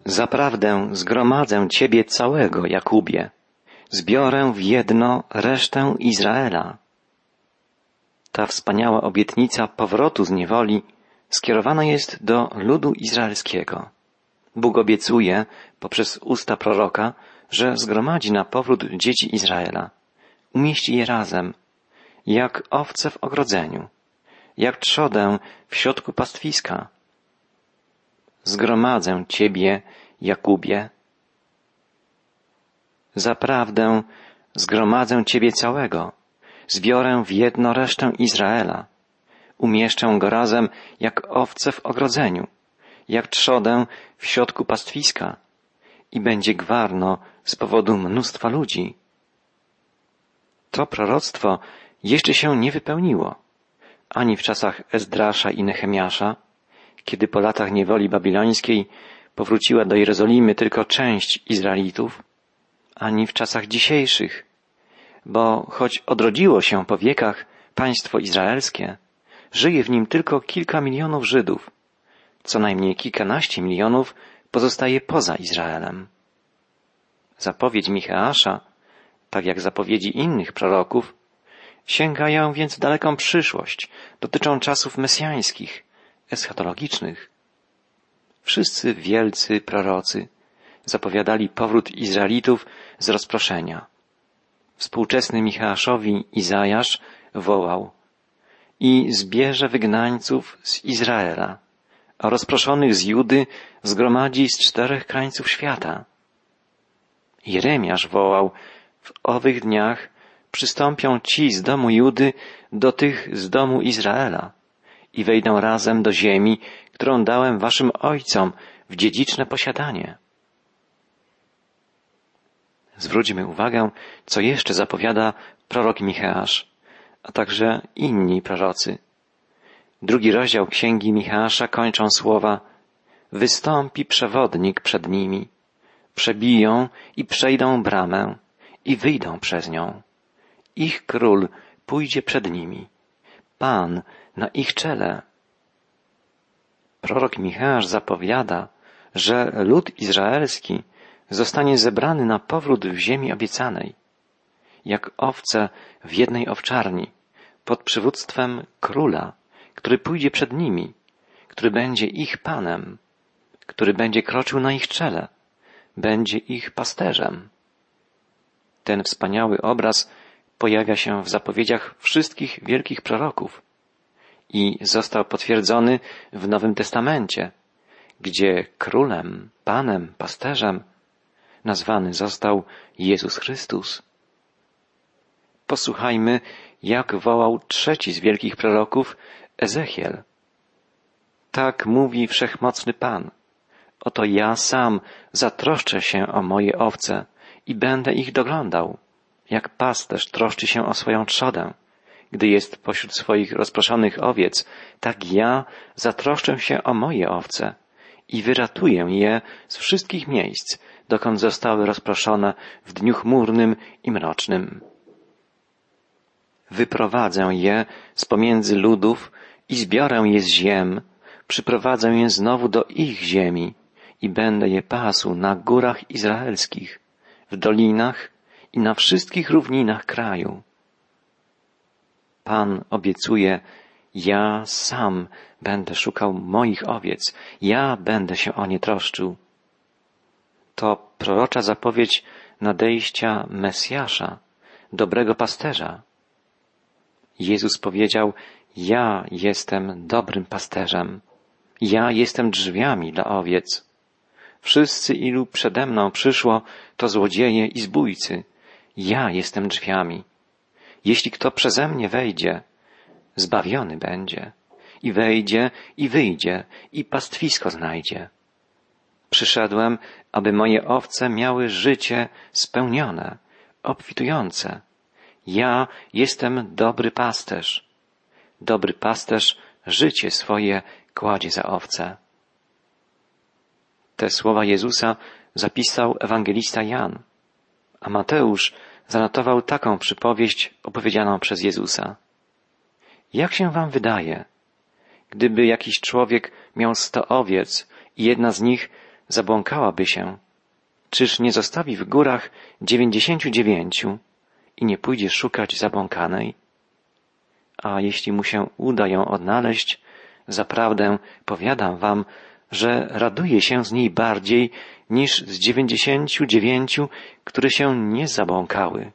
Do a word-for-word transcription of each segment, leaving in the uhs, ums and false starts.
Zaprawdę zgromadzę Ciebie całego, Jakubie, zbiorę w jedno resztę Izraela. Ta wspaniała obietnica powrotu z niewoli skierowana jest do ludu izraelskiego. Bóg obiecuje poprzez usta proroka, że zgromadzi na powrót dzieci Izraela. Umieści je razem, jak owce w ogrodzeniu, jak trzodę w środku pastwiska. Zgromadzę Ciebie, Jakubie. Zaprawdę zgromadzę Ciebie całego, zbiorę w jedno resztę Izraela. Umieszczę go razem jak owce w ogrodzeniu, jak trzodę w środku pastwiska i będzie gwarno z powodu mnóstwa ludzi. To proroctwo jeszcze się nie wypełniło, ani w czasach Ezdrasza i Nehemiasza, kiedy po latach niewoli babilońskiej powróciła do Jerozolimy tylko część Izraelitów, ani w czasach dzisiejszych, bo choć odrodziło się po wiekach państwo izraelskie, żyje w nim tylko kilka milionów Żydów, co najmniej kilkanaście milionów pozostaje poza Izraelem. Zapowiedź Micheasza, tak jak zapowiedzi innych proroków, sięgają więc w daleką przyszłość, dotyczą czasów mesjańskich, eschatologicznych. Wszyscy wielcy prorocy zapowiadali powrót Izraelitów z rozproszenia. Współczesny Micheaszowi Izajasz wołał: i zbierze wygnańców z Izraela, a rozproszonych z Judy zgromadzi z czterech krańców świata. Jeremiasz wołał: w owych dniach przystąpią ci z domu Judy do tych z domu Izraela i wejdą razem do ziemi, którą dałem waszym ojcom w dziedziczne posiadanie. Zwróćmy uwagę, co jeszcze zapowiada prorok Micheasz, a także inni prorocy. Drugi rozdział księgi Micheasza kończą słowa: wystąpi przewodnik przed nimi, przebiją i przejdą bramę i wyjdą przez nią. Ich król pójdzie przed nimi, Pan na ich czele. Prorok Micheasz zapowiada, że lud izraelski zostanie zebrany na powrót w ziemi obiecanej, jak owce w jednej owczarni, pod przywództwem króla, który pójdzie przed nimi, który będzie ich panem, który będzie kroczył na ich czele, będzie ich pasterzem. Ten wspaniały obraz pojawia się w zapowiedziach wszystkich wielkich proroków i został potwierdzony w Nowym Testamencie, gdzie królem, panem, pasterzem nazwany został Jezus Chrystus. Posłuchajmy, jak wołał trzeci z wielkich proroków, Ezechiel. Tak mówi Wszechmocny Pan: oto ja sam zatroszczę się o moje owce i będę ich doglądał, jak pasterz troszczy się o swoją trzodę, gdy jest pośród swoich rozproszonych owiec, tak ja zatroszczę się o moje owce i wyratuję je z wszystkich miejsc, dokąd zostały rozproszone w dniu chmurnym i mrocznym. Wyprowadzę je z pomiędzy ludów i zbiorę je z ziem, przyprowadzę je znowu do ich ziemi i będę je pasł na górach izraelskich, w dolinach i na wszystkich równinach kraju. Pan obiecuje: ja sam będę szukał moich owiec, ja będę się o nie troszczył. To prorocza zapowiedź nadejścia Mesjasza, dobrego pasterza. Jezus powiedział: ja jestem dobrym pasterzem, ja jestem drzwiami dla owiec. Wszyscy, ilu przede mną przyszło, to złodzieje i zbójcy. Ja jestem drzwiami. Jeśli kto przeze mnie wejdzie, zbawiony będzie. I wejdzie, i wyjdzie, i pastwisko znajdzie. Przyszedłem, aby moje owce miały życie spełnione, obfitujące. Ja jestem dobry pasterz. Dobry pasterz życie swoje kładzie za owce. Te słowa Jezusa zapisał ewangelista Jan, a Mateusz zanotował taką przypowieść opowiedzianą przez Jezusa. Jak się wam wydaje, gdyby jakiś człowiek miał sto owiec i jedna z nich zabłąkałaby się, czyż nie zostawi w górach dziewięćdziesięciu dziewięciu i nie pójdzie szukać zabłąkanej? A jeśli mu się uda ją odnaleźć, zaprawdę powiadam wam, że raduje się z niej bardziej niż z dziewięćdziesięciu dziewięciu, które się nie zabłąkały.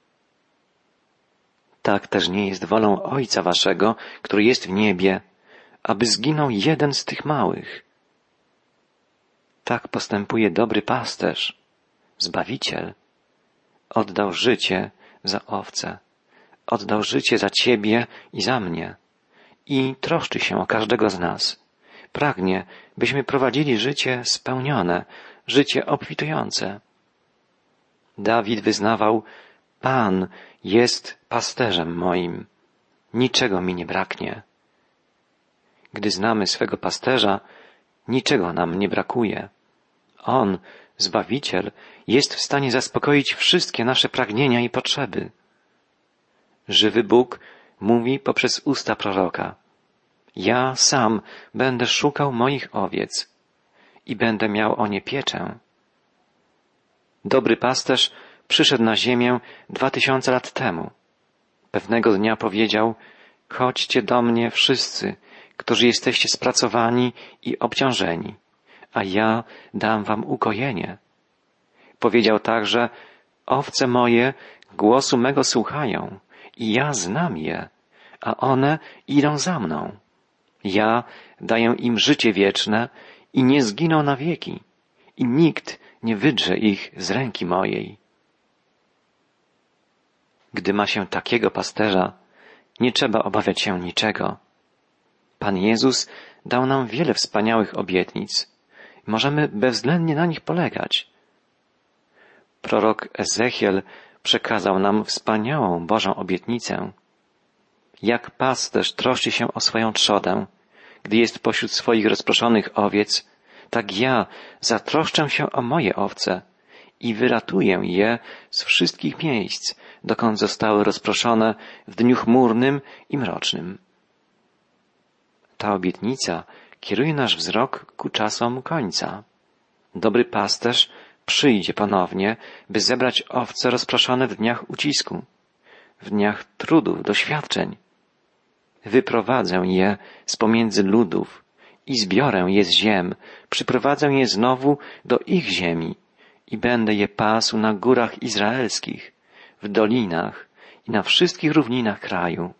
Tak też nie jest wolą Ojca waszego, który jest w niebie, aby zginął jeden z tych małych. Tak postępuje dobry pasterz, Zbawiciel. Oddał życie za owce, oddał życie za ciebie i za mnie i troszczy się o każdego z nas. Pragnie, byśmy prowadzili życie spełnione, życie obfitujące. Dawid wyznawał: Pan jest pasterzem moim, niczego mi nie braknie. Gdy znamy swego pasterza, niczego nam nie brakuje. On, Zbawiciel, jest w stanie zaspokoić wszystkie nasze pragnienia i potrzeby. Żywy Bóg mówi poprzez usta proroka: Ja sam będę szukał moich owiec i będę miał o nie pieczę. Dobry pasterz przyszedł na ziemię dwa tysiące lat temu. Pewnego dnia powiedział: Chodźcie do mnie wszyscy, którzy jesteście spracowani i obciążeni, a ja dam wam ukojenie. Powiedział także: Owce moje głosu mego słuchają i ja znam je, a one idą za mną. Ja daję im życie wieczne i nie zginą na wieki i nikt nie wydrze ich z ręki mojej. Gdy ma się takiego pasterza, nie trzeba obawiać się niczego. Pan Jezus dał nam wiele wspaniałych obietnic. Możemy bezwzględnie na nich polegać. Prorok Ezechiel przekazał nam wspaniałą Bożą obietnicę. Jak pasterz troszczy się o swoją trzodę, gdy jest pośród swoich rozproszonych owiec, tak ja zatroszczę się o moje owce i wyratuję je z wszystkich miejsc, dokąd zostały rozproszone w dniu chmurnym i mrocznym. Ta obietnica kieruje nasz wzrok ku czasom końca. Dobry pasterz przyjdzie ponownie, by zebrać owce rozproszone w dniach ucisku, w dniach trudów, doświadczeń. Wyprowadzę je z pomiędzy ludów i zbiorę je z ziem, przyprowadzę je znowu do ich ziemi i będę je pasł na górach izraelskich, w dolinach i na wszystkich równinach kraju.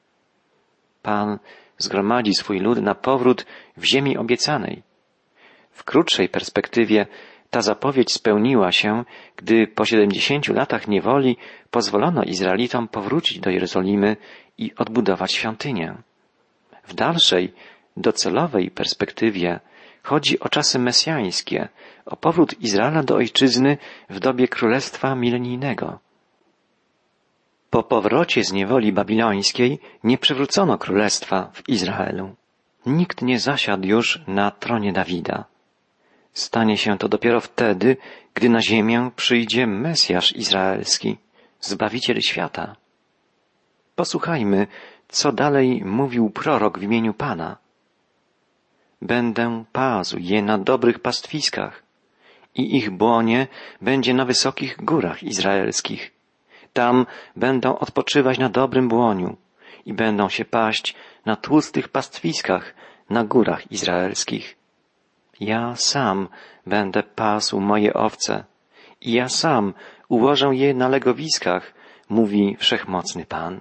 Pan zgromadzi swój lud na powrót w ziemi obiecanej. W krótszej perspektywie ta zapowiedź spełniła się, gdy po siedemdziesięciu latach niewoli pozwolono Izraelitom powrócić do Jerozolimy i odbudować świątynię. W dalszej, docelowej perspektywie chodzi o czasy mesjańskie, o powrót Izraela do ojczyzny w dobie królestwa milenijnego. Po powrocie z niewoli babilońskiej nie przywrócono królestwa w Izraelu. Nikt nie zasiadł już na tronie Dawida. Stanie się to dopiero wtedy, gdy na ziemię przyjdzie Mesjasz Izraelski, Zbawiciel świata. Posłuchajmy, co dalej mówił prorok w imieniu Pana. Będę pasł je na dobrych pastwiskach i ich błonie będzie na wysokich górach izraelskich. Tam będą odpoczywać na dobrym błoniu i będą się paść na tłustych pastwiskach na górach izraelskich. Ja sam będę pasł moje owce i ja sam ułożę je na legowiskach, mówi Wszechmocny Pan.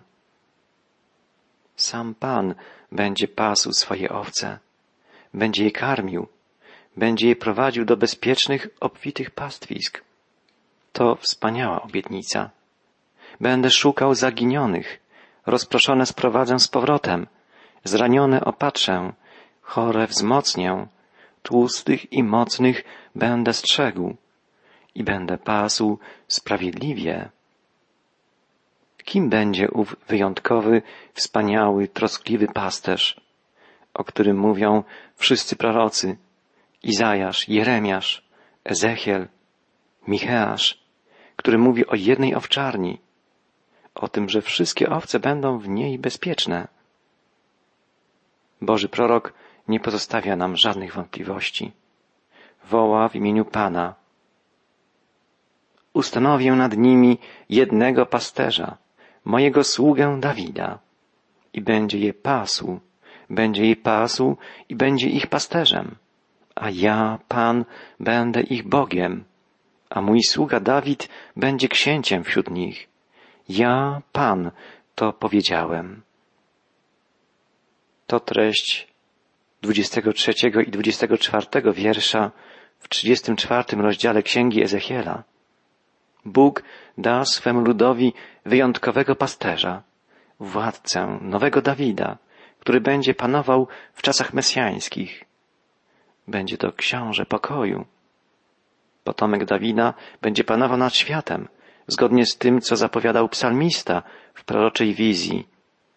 Sam Pan będzie pasł swoje owce, będzie je karmił, będzie je prowadził do bezpiecznych, obfitych pastwisk. To wspaniała obietnica. Będę szukał zaginionych, rozproszone sprowadzę z powrotem, zranione opatrzę, chore wzmocnię, tłustych i mocnych będę strzegł i będę pasł sprawiedliwie. Kim będzie ów wyjątkowy, wspaniały, troskliwy pasterz, o którym mówią wszyscy prorocy, Izajasz, Jeremiasz, Ezechiel, Micheasz, który mówi o jednej owczarni, o tym, że wszystkie owce będą w niej bezpieczne. Boży prorok nie pozostawia nam żadnych wątpliwości. woła w imieniu Pana. Ustanowię nad nimi jednego pasterza, mojego sługę Dawida, i będzie je pasł, będzie je pasł i będzie ich pasterzem, a ja, Pan, będę ich Bogiem, a mój sługa Dawid będzie księciem wśród nich. Ja, Pan, to powiedziałem. To treść dwudziestego trzeciego i dwudziestego czwartego wiersza w trzydziestym czwartym rozdziale Księgi Ezechiela. Bóg da swemu ludowi wyjątkowego pasterza, władcę nowego Dawida, który będzie panował w czasach mesjańskich. Będzie to książę pokoju. Potomek Dawida będzie panował nad światem, zgodnie z tym, co zapowiadał psalmista w proroczej wizji.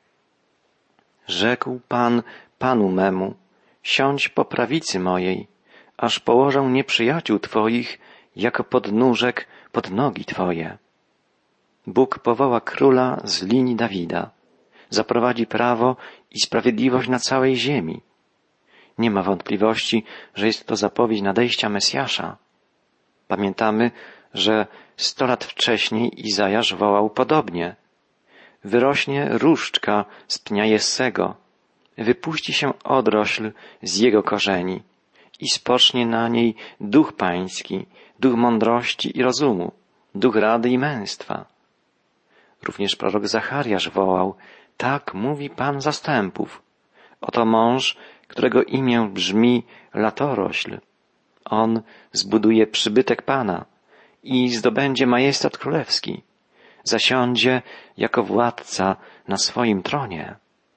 Rzekł Pan Panu memu, siądź po prawicy mojej, aż położę nieprzyjaciół Twoich jako podnóżek pod nogi Twoje. Bóg powoła króla z linii Dawida, zaprowadzi prawo i sprawiedliwość na całej ziemi. Nie ma wątpliwości, że jest to zapowiedź nadejścia Mesjasza. Pamiętamy, że sto lat wcześniej Izajasz wołał podobnie. Wyrośnie różdżka z pnia Jessego, wypuści się odrośl z jego korzeni i spocznie na niej duch pański, duch mądrości i rozumu, duch rady i męstwa. Również prorok Zachariasz wołał, tak mówi Pan zastępów. Oto mąż, którego imię brzmi latorośl. On zbuduje przybytek Pana i zdobędzie majestat królewski. Zasiądzie jako władca na swoim tronie.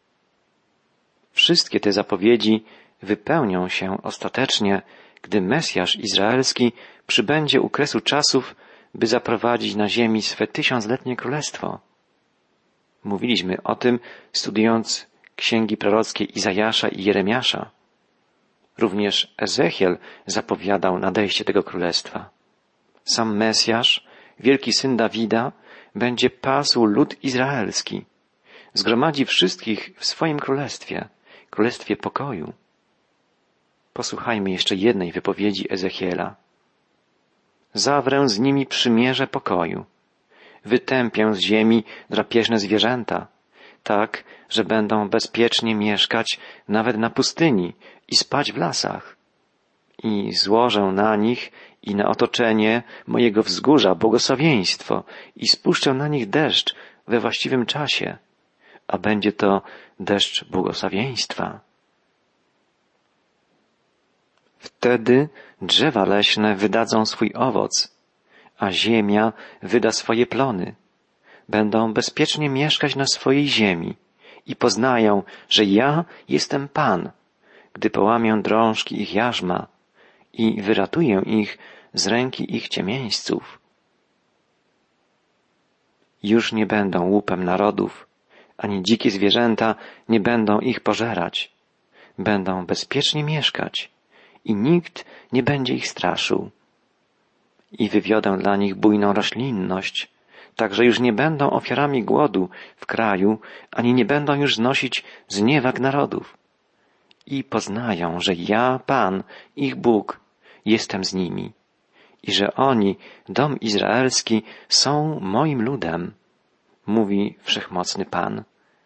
Wszystkie te zapowiedzi wypełnią się ostatecznie, gdy Mesjasz Izraelski przybędzie u kresu czasów, by zaprowadzić na ziemi swe tysiącletnie królestwo. Mówiliśmy o tym, studiując księgi prorockie Izajasza i Jeremiasza. Również Ezechiel zapowiadał nadejście tego królestwa. Sam Mesjasz, wielki syn Dawida, będzie pasł lud izraelski. Zgromadzi wszystkich w swoim królestwie, królestwie pokoju. Posłuchajmy jeszcze jednej wypowiedzi Ezechiela. Zawrę z nimi przymierze pokoju. Wytępię z ziemi drapieżne zwierzęta, tak, że będą bezpiecznie mieszkać nawet na pustyni i spać w lasach. I złożę na nich i na otoczenie mojego wzgórza błogosławieństwo i spuszczę na nich deszcz we właściwym czasie, a będzie to deszcz błogosławieństwa. Wtedy drzewa leśne wydadzą swój owoc, a ziemia wyda swoje plony. Będą bezpiecznie mieszkać na swojej ziemi i poznają, że ja jestem Pan, gdy połamię drążki ich jarzma i wyratuję ich z ręki ich ciemieńców. Już nie będą łupem narodów, ani dzikie zwierzęta nie będą ich pożerać. Będą bezpiecznie mieszkać i nikt nie będzie ich straszył. I wywiodę dla nich bujną roślinność, tak że już nie będą ofiarami głodu w kraju, ani nie będą już znosić zniewag narodów. I poznają, że ja, Pan, ich Bóg, jestem z nimi i że oni, dom izraelski, są moim ludem, mówi Wszechmocny Pan.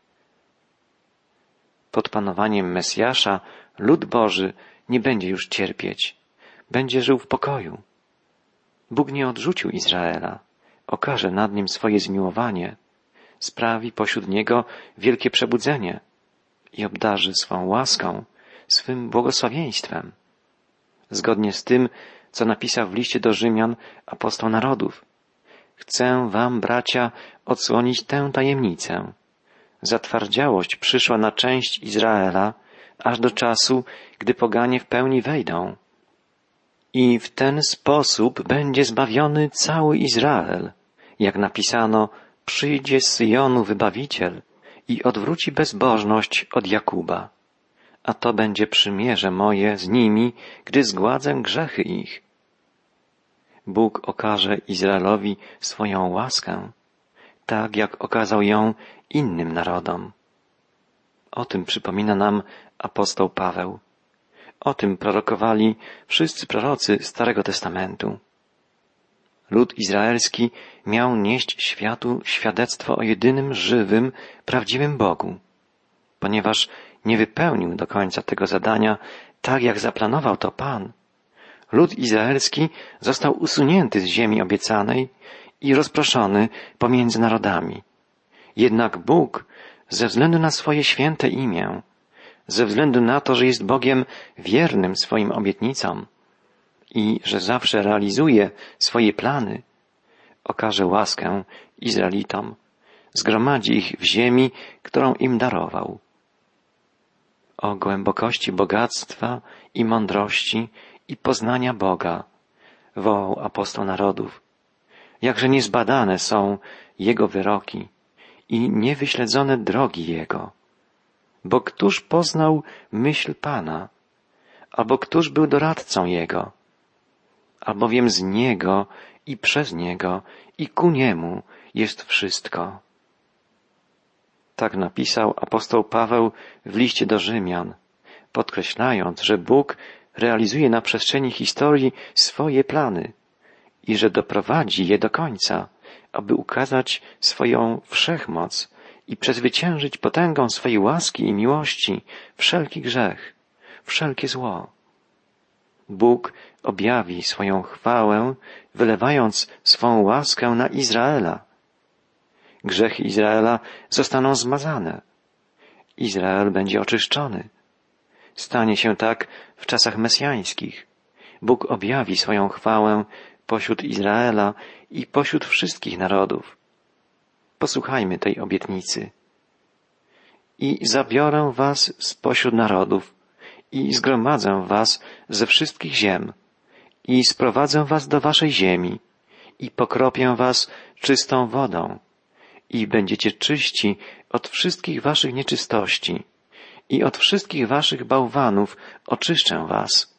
Pod panowaniem Mesjasza lud Boży nie będzie już cierpieć, będzie żył w pokoju. Bóg nie odrzucił Izraela, okaże nad nim swoje zmiłowanie, sprawi pośród niego wielkie przebudzenie i obdarzy swą łaską, swym błogosławieństwem. Zgodnie z tym, co napisał w liście do Rzymian apostoł narodów. Chcę wam, bracia, odsłonić tę tajemnicę. Zatwardziałość przyszła na część Izraela, aż do czasu, gdy poganie w pełni wejdą. I w ten sposób będzie zbawiony cały Izrael. Jak napisano, przyjdzie z Syjonu Wybawiciel i odwróci bezbożność od Jakuba. A to będzie przymierze moje z nimi, gdy zgładzę grzechy ich. Bóg okaże Izraelowi swoją łaskę, tak jak okazał ją innym narodom. O tym przypomina nam apostoł Paweł. O tym prorokowali wszyscy prorocy Starego Testamentu. Lud izraelski miał nieść światu świadectwo o jedynym żywym, prawdziwym Bogu. Ponieważ nie wypełnił do końca tego zadania tak, jak zaplanował to Pan, lud izraelski został usunięty z ziemi obiecanej i rozproszony pomiędzy narodami. Jednak Bóg, ze względu na swoje święte imię, ze względu na to, że jest Bogiem wiernym swoim obietnicom i że zawsze realizuje swoje plany, okaże łaskę Izraelitom, zgromadzi ich w ziemi, którą im darował. O głębokości bogactwa i mądrości i poznania Boga wołał apostoł narodów. Jakże niezbadane są Jego wyroki i niewyśledzone drogi Jego. Bo któż poznał myśl Pana? Albo któż był doradcą Jego? Albowiem z Niego i przez Niego i ku Niemu jest wszystko. Tak napisał apostoł Paweł w liście do Rzymian, podkreślając, że Bóg realizuje na przestrzeni historii swoje plany i że doprowadzi je do końca, aby ukazać swoją wszechmoc i przezwyciężyć potęgą swojej łaski i miłości wszelki grzech, wszelkie zło. Bóg objawi swoją chwałę, wylewając swą łaskę na Izraela. Grzechy Izraela zostaną zmazane. Izrael będzie oczyszczony. Stanie się tak w czasach mesjańskich. Bóg objawi swoją chwałę pośród Izraela i pośród wszystkich narodów. Posłuchajmy tej obietnicy. I zabiorę was spośród narodów i zgromadzę was ze wszystkich ziem i sprowadzę was do waszej ziemi i pokropię was czystą wodą i będziecie czyści od wszystkich waszych nieczystości i od wszystkich waszych bałwanów oczyszczę was.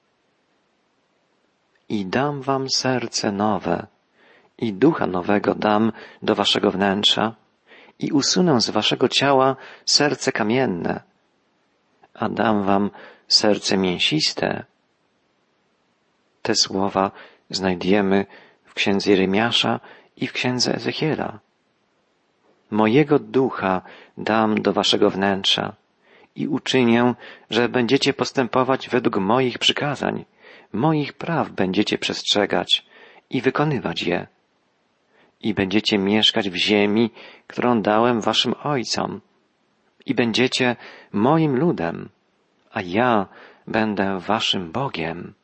I dam wam serce nowe i ducha nowego dam do waszego wnętrza i usunę z waszego ciała serce kamienne, a dam wam serce mięsiste. Te słowa znajdziemy w księdze Jeremiasza i w księdze Ezechiela. Mojego ducha dam do waszego wnętrza i uczynię, że będziecie postępować według moich przykazań, moich praw będziecie przestrzegać i wykonywać je. I będziecie mieszkać w ziemi, którą dałem waszym ojcom. I będziecie moim ludem, a ja będę waszym Bogiem.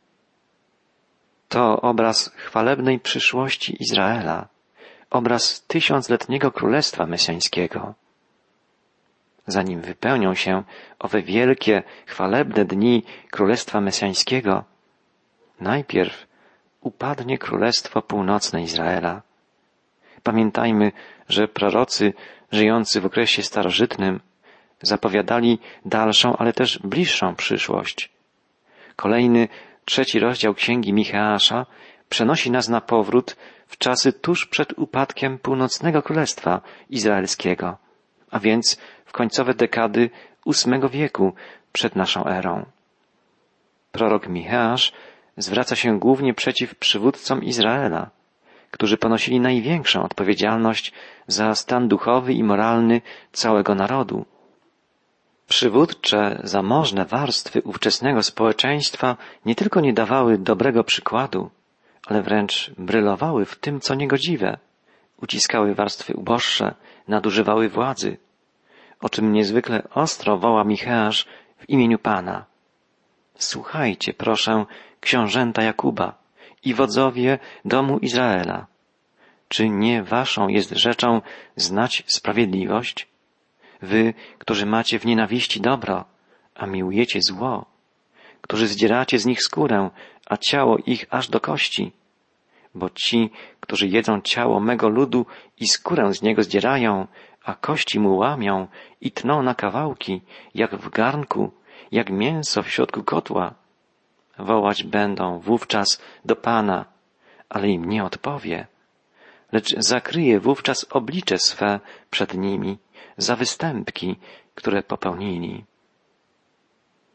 To obraz chwalebnej przyszłości Izraela, obraz tysiącletniego królestwa mesjańskiego. Zanim wypełnią się owe wielkie, chwalebne dni królestwa mesjańskiego, najpierw upadnie królestwo północne Izraela. Pamiętajmy, że prorocy żyjący w okresie starożytnym zapowiadali dalszą, ale też bliższą przyszłość. Kolejny, trzeci rozdział Księgi Micheasza przenosi nas na powrót w czasy tuż przed upadkiem północnego królestwa izraelskiego, a więc w końcowe dekady ósmego wieku przed naszą erą. Prorok Micheasz zwraca się głównie przeciw przywódcom Izraela, którzy ponosili największą odpowiedzialność za stan duchowy i moralny całego narodu. Przywódcze, zamożne warstwy ówczesnego społeczeństwa nie tylko nie dawały dobrego przykładu, ale wręcz brylowały w tym, co niegodziwe. Uciskały warstwy uboższe, nadużywały władzy, o czym niezwykle ostro woła Micheasz w imieniu Pana. Słuchajcie, proszę, książęta Jakuba i wodzowie domu Izraela. Czy nie waszą jest rzeczą znać sprawiedliwość? Wy, którzy macie w nienawiści dobro, a miłujecie zło, którzy zdzieracie z nich skórę, a ciało ich aż do kości. Bo ci, którzy jedzą ciało mego ludu i skórę z niego zdzierają, a kości mu łamią i tną na kawałki, jak w garnku, jak mięso w środku kotła, wołać będą wówczas do Pana, ale im nie odpowie, lecz zakryje wówczas oblicze swe przed nimi za występki, które popełnili.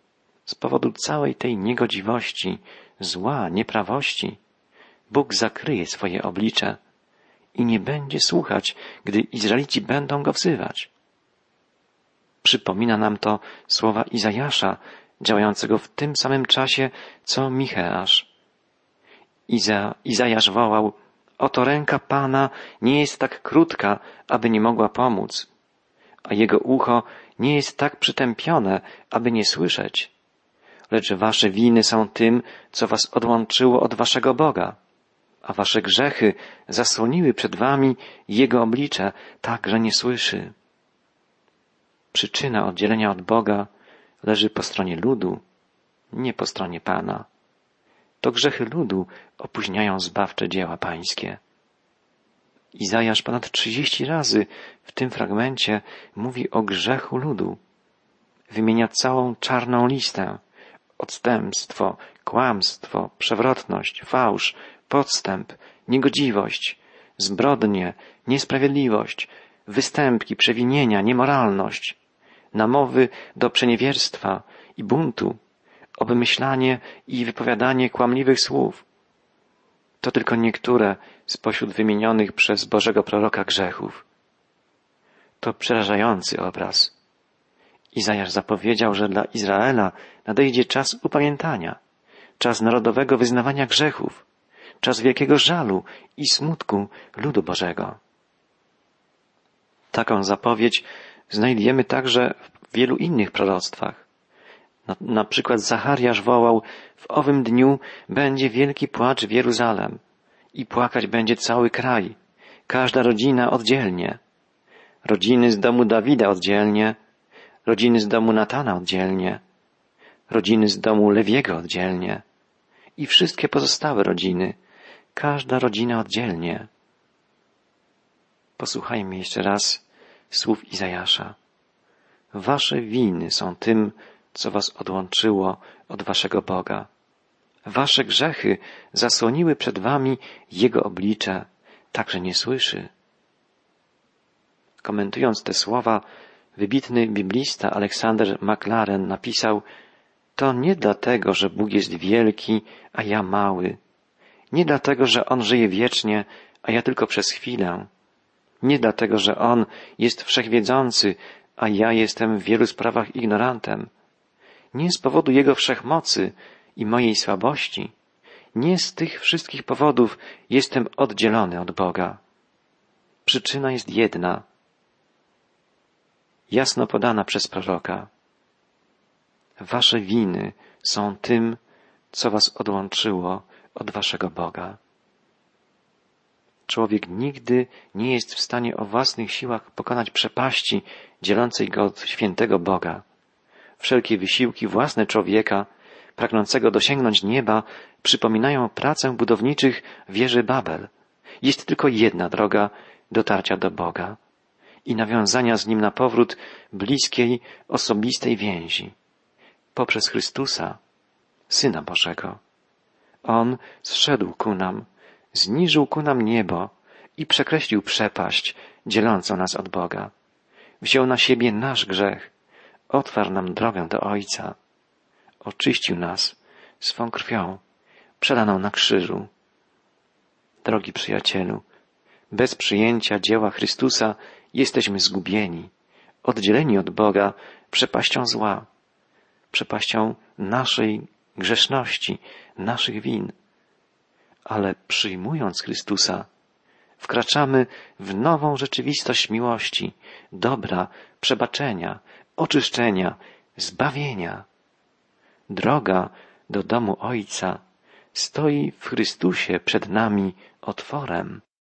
z powodu całej tej niegodziwości, zła, nieprawości, Bóg zakryje swoje oblicze i nie będzie słuchać, gdy Izraelici będą go wzywać. Przypomina nam to słowa Izajasza, działającego w tym samym czasie, co Micheasz. Iza, Izajasz wołał: oto ręka Pana nie jest tak krótka, aby nie mogła pomóc, a jego ucho nie jest tak przytępione, aby nie słyszeć. Lecz wasze winy są tym, co was odłączyło od waszego Boga, a wasze grzechy zasłoniły przed wami jego oblicze, tak, że nie słyszy. Przyczyna oddzielenia od Boga leży po stronie ludu, nie po stronie Pana. To grzechy ludu opóźniają zbawcze dzieła pańskie. Izajasz ponad trzydzieści razy w tym fragmencie mówi o grzechu ludu. Wymienia całą czarną listę: odstępstwo, kłamstwo, przewrotność, fałsz, podstęp, niegodziwość, zbrodnie, niesprawiedliwość, występki, przewinienia, niemoralność, namowy do przeniewierstwa i buntu, obmyślanie i wypowiadanie kłamliwych słów. To tylko niektóre spośród wymienionych przez Bożego proroka grzechów. To przerażający obraz. Izajasz zapowiedział, że dla Izraela nadejdzie czas upamiętania, czas narodowego wyznawania grzechów, czas wielkiego żalu i smutku ludu Bożego. Taką zapowiedź znajdziemy także w wielu innych proroctwach. Na, na przykład Zachariasz wołał: w owym dniu będzie wielki płacz w Jeruzalem i płakać będzie cały kraj, każda rodzina oddzielnie. Rodziny z domu Dawida oddzielnie, rodziny z domu Natana oddzielnie, rodziny z domu Lewiego oddzielnie i wszystkie pozostałe rodziny, każda rodzina oddzielnie. Posłuchajmy jeszcze raz słów Izajasza. Wasze winy są tym, co was odłączyło od waszego Boga. Wasze grzechy zasłoniły przed wami jego oblicze, tak że nie słyszy. Komentując te słowa, wybitny biblista Aleksander Maclaren napisał: to nie dlatego, że Bóg jest wielki, a ja mały. Nie dlatego, że On żyje wiecznie, a ja tylko przez chwilę. Nie dlatego, że On jest wszechwiedzący, a ja jestem w wielu sprawach ignorantem. Nie z powodu Jego wszechmocy i mojej słabości. Nie z tych wszystkich powodów jestem oddzielony od Boga. Przyczyna jest jedna, jasno podana przez proroka. Wasze winy są tym, co was odłączyło od waszego Boga. Człowiek nigdy nie jest w stanie o własnych siłach pokonać przepaści dzielącej go od świętego Boga. Wszelkie wysiłki własne człowieka, pragnącego dosięgnąć nieba, przypominają pracę budowniczych wieży Babel. Jest tylko jedna droga dotarcia do Boga i nawiązania z Nim na powrót bliskiej, osobistej więzi. Poprzez Chrystusa, Syna Bożego. On zszedł ku nam, zniżył ku nam niebo i przekreślił przepaść dzielącą nas od Boga. Wziął na siebie nasz grzech, otwarł nam drogę do Ojca. Oczyścił nas swą krwią, przelaną na krzyżu. Drogi przyjacielu, bez przyjęcia dzieła Chrystusa jesteśmy zgubieni, oddzieleni od Boga przepaścią zła, przepaścią naszej grzeszności, naszych win. Ale przyjmując Chrystusa, wkraczamy w nową rzeczywistość miłości, dobra, przebaczenia, oczyszczenia, zbawienia. Droga do domu Ojca stoi w Chrystusie przed nami otworem.